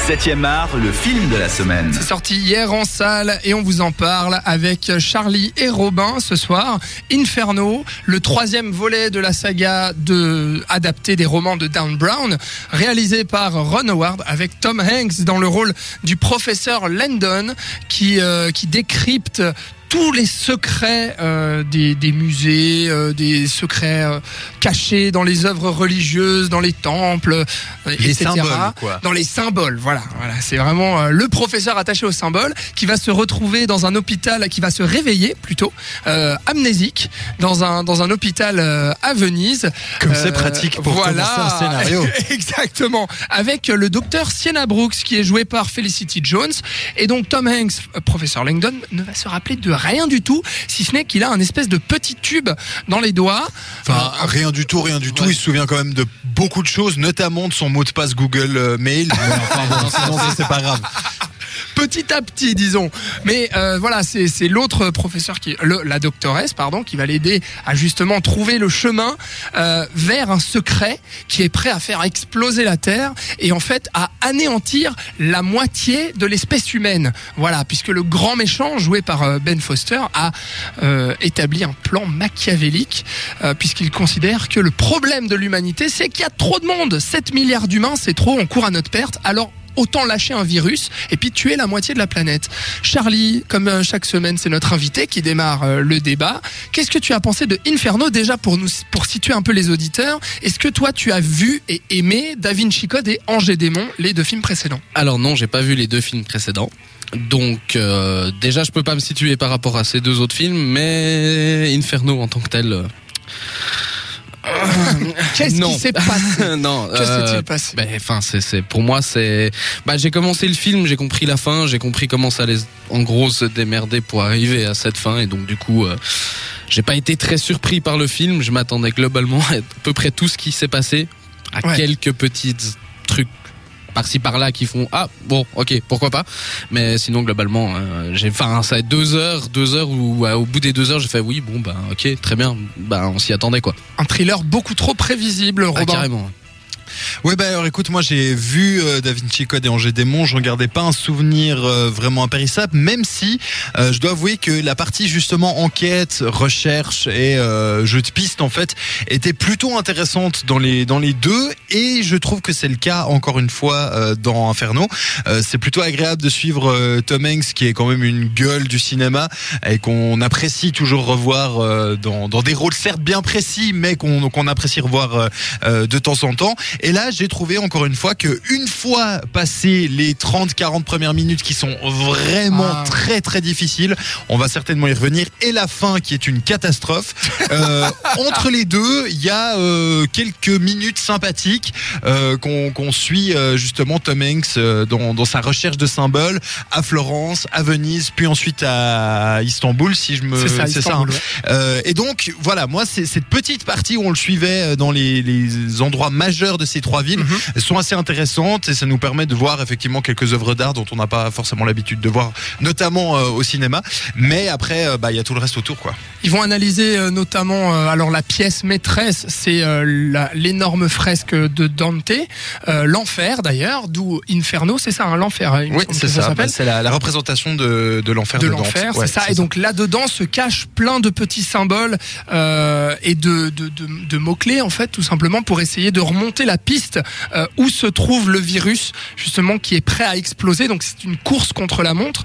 7e art, le film de la semaine. C'est sorti hier en salle et on vous en parle avec Charlie et Robin ce soir. Inferno, le 3e volet de la saga adapté des romans de Dan Brown, réalisé par Ron Howard avec Tom Hanks dans le rôle du professeur Landon qui décrypte tous les secrets des musées, des secrets cachés dans les œuvres religieuses, dans les temples, les etc. symboles, quoi. Dans les symboles, voilà. C'est vraiment le professeur attaché aux symboles qui va se retrouver dans un hôpital, qui va se réveiller plutôt amnésique dans un hôpital à Venise. Comme c'est pratique pour commencer un scénario. Exactement. Avec le docteur Sienna Brooks qui est joué par Felicity Jones. Et donc Tom Hanks, professeur Langdon, ne va se rappeler de rien du tout, si ce n'est qu'il a un espèce de petit tube dans les doigts. Enfin, rien du tout. Ouais. Il se souvient quand même de beaucoup de choses, notamment de son mot de passe Google Mail. Mais enfin bon, sinon c'est pas grave. Petit à petit, disons. Mais voilà, c'est l'autre professeur la doctoresse, qui va l'aider à justement trouver le chemin vers un secret qui est prêt à faire exploser la Terre et en fait à anéantir la moitié de l'espèce humaine. Voilà, puisque le grand méchant, joué par Ben Foster, a établi un plan machiavélique puisqu'il considère que le problème de l'humanité, c'est qu'il y a trop de monde. 7 milliards d'humains, c'est trop, on court à notre perte. Alors autant lâcher un virus et puis tuer la moitié de la planète. Charlie, comme chaque semaine, c'est notre invité qui démarre le débat. Qu'est-ce que tu as pensé de Inferno, déjà pour situer un peu les auditeurs? Est-ce que toi tu as vu et aimé Da Vinci Code et Ange et Démon, les 2 films précédents? Alors non, j'ai pas vu les 2 films précédents. Donc déjà je peux pas me situer par rapport à ces 2 autres films, mais Inferno en tant que tel... Qu'est-ce qui s'est passé? Non, que s'est-il passé? Pour moi, j'ai commencé le film, j'ai compris la fin, j'ai compris comment ça allait en gros se démerder pour arriver à cette fin, et donc du coup, j'ai pas été très surpris par le film. Je m'attendais globalement à peu près tout ce qui s'est passé, quelques petits trucs par-ci par-là qui font bon, ok, pourquoi pas, mais sinon globalement ça va être 2 heures où au bout des 2 heures j'ai fait oui, bon ok, très bien, on s'y attendait quoi. Un thriller beaucoup trop prévisible, Robin. Carrément. Ouais, alors écoute, moi j'ai vu Da Vinci Code et Ange et Démon, j'en gardais pas un souvenir vraiment impérissable, même si je dois avouer que la partie justement enquête, recherche et jeu de piste en fait était plutôt intéressante dans les 2, et je trouve que c'est le cas encore une fois dans Inferno. C'est plutôt agréable de suivre Tom Hanks, qui est quand même une gueule du cinéma et qu'on apprécie toujours revoir dans des rôles certes bien précis, mais qu'on apprécie revoir de temps en temps. Et là, j'ai trouvé encore une fois que une fois passé les 30-40 premières minutes qui sont vraiment très très difficiles, on va certainement y revenir, et la fin qui est une catastrophe. Entre les 2, il y a quelques minutes sympathiques qu'on suit justement Tom Hanks dans sa recherche de symboles à Florence, à Venise, puis ensuite à Istanbul, si je me... C'est ça. Et donc voilà, moi c'est cette petite partie où on le suivait dans les endroits majeurs de ces 3 villes, elles sont assez intéressantes et ça nous permet de voir effectivement quelques œuvres d'art dont on n'a pas forcément l'habitude de voir, notamment au cinéma. Mais après, il y a tout le reste autour, quoi. Ils vont analyser notamment alors la pièce maîtresse, c'est l'énorme fresque de Dante, l'enfer d'ailleurs, d'où Inferno, c'est ça, l'enfer. Oui, c'est ça. C'est la représentation de l'enfer de Dante. L'enfer, c'est ça. Et donc là-dedans se cachent plein de petits symboles et de mots-clés en fait, tout simplement pour essayer de remonter la piste où se trouve le virus justement qui est prêt à exploser. Donc c'est une course contre la montre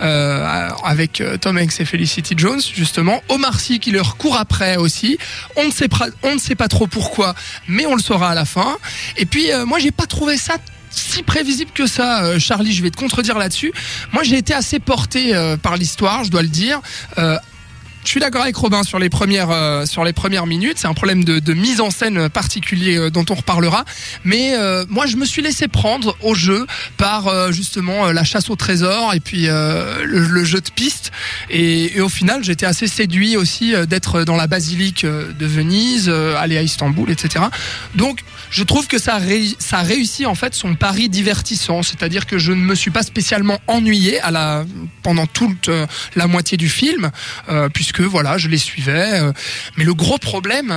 avec Tom Hanks et Felicity Jones justement. Omar Sy qui leur court après aussi. On ne sait pas trop pourquoi, mais on le saura à la fin. Et puis moi j'ai pas trouvé ça si prévisible que ça, Charlie, je vais te contredire là-dessus. Moi j'ai été assez porté par l'histoire, je dois le dire. Je suis d'accord avec Robin sur les premières minutes. C'est un problème de mise en scène particulier dont on reparlera. Mais moi, je me suis laissé prendre au jeu par justement la chasse au trésor et puis le jeu de piste. Et au final, j'étais assez séduit aussi d'être dans la basilique de Venise, aller à Istanbul, etc. Donc, je trouve que ça réussit en fait son pari divertissant. C'est-à-dire que je ne me suis pas spécialement ennuyé pendant toute la moitié du film, puisque voilà, je les suivais. Mais le gros problème,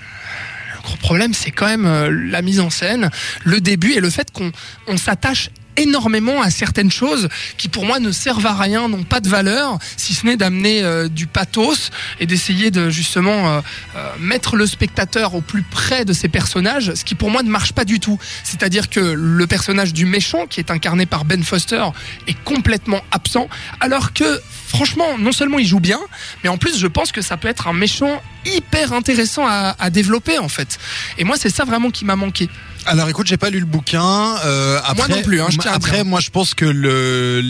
c'est quand même la mise en scène, le début et le fait qu'on s'attache énormément à certaines choses qui pour moi ne servent à rien, n'ont pas de valeur, si ce n'est d'amener du pathos et d'essayer de justement mettre le spectateur au plus près de ces personnages, ce qui pour moi ne marche pas du tout. C'est-à-dire que le personnage du méchant, qui est incarné par Ben Foster, est complètement absent, alors que franchement, non seulement il joue bien, mais en plus je pense que ça peut être un méchant hyper intéressant à développer en fait. Et moi c'est ça vraiment qui m'a manqué. Alors écoute, j'ai pas lu le bouquin. Après, moi non plus, je tiens à dire. Moi je pense que le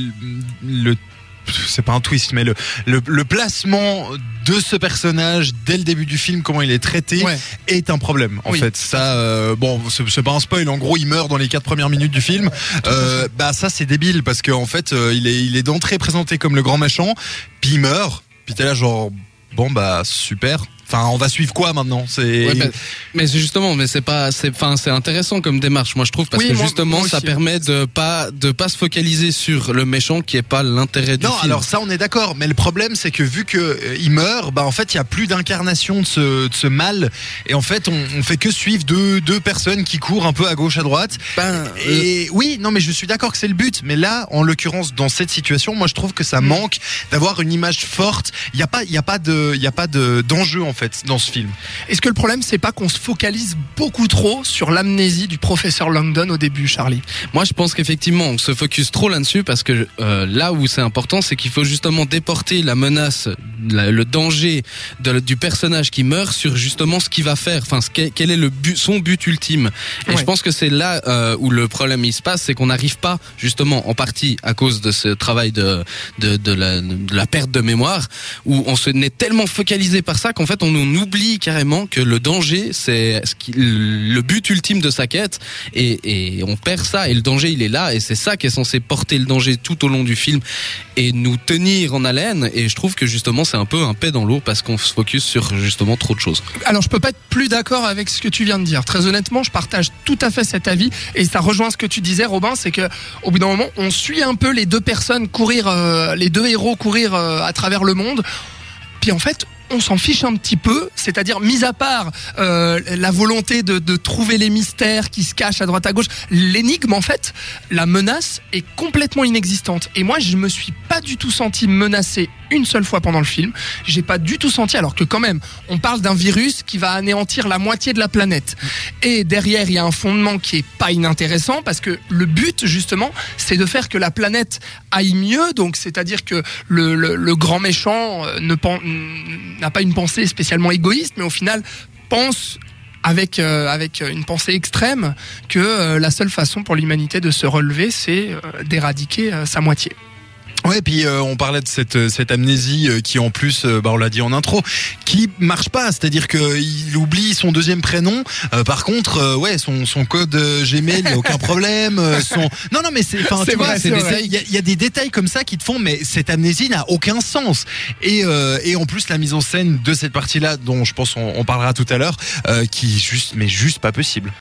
c'est pas un twist, mais le placement de ce personnage dès le début du film, comment il est traité, est un problème. En fait, ça, bon, c'est pas un spoil. En gros, il meurt dans les 4 premières minutes du film. Bah ça, c'est débile parce qu'en fait, il est d'entrée présenté comme le grand méchant, puis il meurt. Puis t'es là genre, bon bah super. Enfin, on va suivre quoi maintenant? Mais c'est justement, c'est intéressant comme démarche, moi je trouve, parce que justement, ça permet de pas se focaliser sur le méchant qui est pas l'intérêt du film. Non, alors ça, on est d'accord. Mais le problème, c'est que vu que il meurt, bah en fait, il y a plus d'incarnation de ce mal, et en fait, on fait que suivre deux personnes qui courent un peu à gauche, à droite. Oui, non, mais je suis d'accord que c'est le but. Mais là, en l'occurrence, dans cette situation, moi, je trouve que ça manque d'avoir une image forte. Il y a pas d'enjeu en fait dans ce film. Est-ce que le problème c'est pas qu'on se focalise beaucoup trop sur l'amnésie du professeur Langdon au début, Charlie? Moi je pense qu'effectivement on se focus trop là-dessus parce que là où c'est important, c'est qu'il faut justement déporter la menace, le danger du personnage qui meurt sur justement ce qu'il va faire, enfin quel est son but ultime. Et je pense que c'est là où le problème il se passe, c'est qu'on n'arrive pas justement en partie à cause de ce travail de la perte de mémoire, où on se n'est tellement focalisé par ça qu'en fait on oublie carrément que le danger c'est le but ultime de sa quête, et on perd ça, et le danger il est là, et c'est ça qui est censé porter le danger tout au long du film et nous tenir en haleine. Et je trouve que justement c'est un peu un pet dans l'eau parce qu'on se focus sur justement trop de choses. Alors je peux pas être plus d'accord avec ce que tu viens de dire. Très honnêtement, je partage tout à fait cet avis, et ça rejoint ce que tu disais, Robin, c'est que au bout d'un moment on suit un peu les deux personnes courir, les deux héros courir à travers le monde, puis en fait on s'en fiche un petit peu, c'est-à-dire mis à part la volonté de trouver les mystères qui se cachent à droite à gauche, l'énigme en fait, la menace est complètement inexistante. Et moi je me suis pas du tout senti menacé une seule fois pendant le film. J'ai pas du tout senti, alors que quand même on parle d'un virus qui va anéantir la moitié de la planète. Et derrière il y a un fondement qui est pas inintéressant, parce que le but justement c'est de faire que la planète aille mieux, donc c'est-à-dire que le grand méchant n'a pas une pensée spécialement égoïste, mais au final pense avec une pensée extrême que la seule façon pour l'humanité de se relever, c'est d'éradiquer sa moitié. Ouais, puis on parlait de cette amnésie qui en plus, on l'a dit en intro, qui marche pas, c'est-à-dire que il oublie son deuxième prénom. Par contre, son code Gmail, il y a aucun problème. Non, mais c'est vrai. Il y a des détails comme ça qui te font, mais cette amnésie n'a aucun sens. Et en plus la mise en scène de cette partie-là, dont je pense on parlera tout à l'heure, qui juste pas possible.